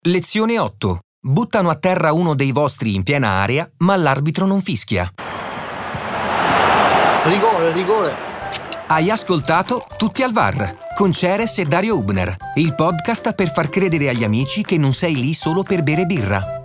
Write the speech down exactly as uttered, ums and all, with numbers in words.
Lezione otto. Buttano a terra uno dei vostri in piena area, ma l'arbitro non fischia. Rigore, rigore. Hai ascoltato Tutti al V A R con Ceres e Dario Hübner, il podcast per far credere agli amici che non sei lì solo per bere birra.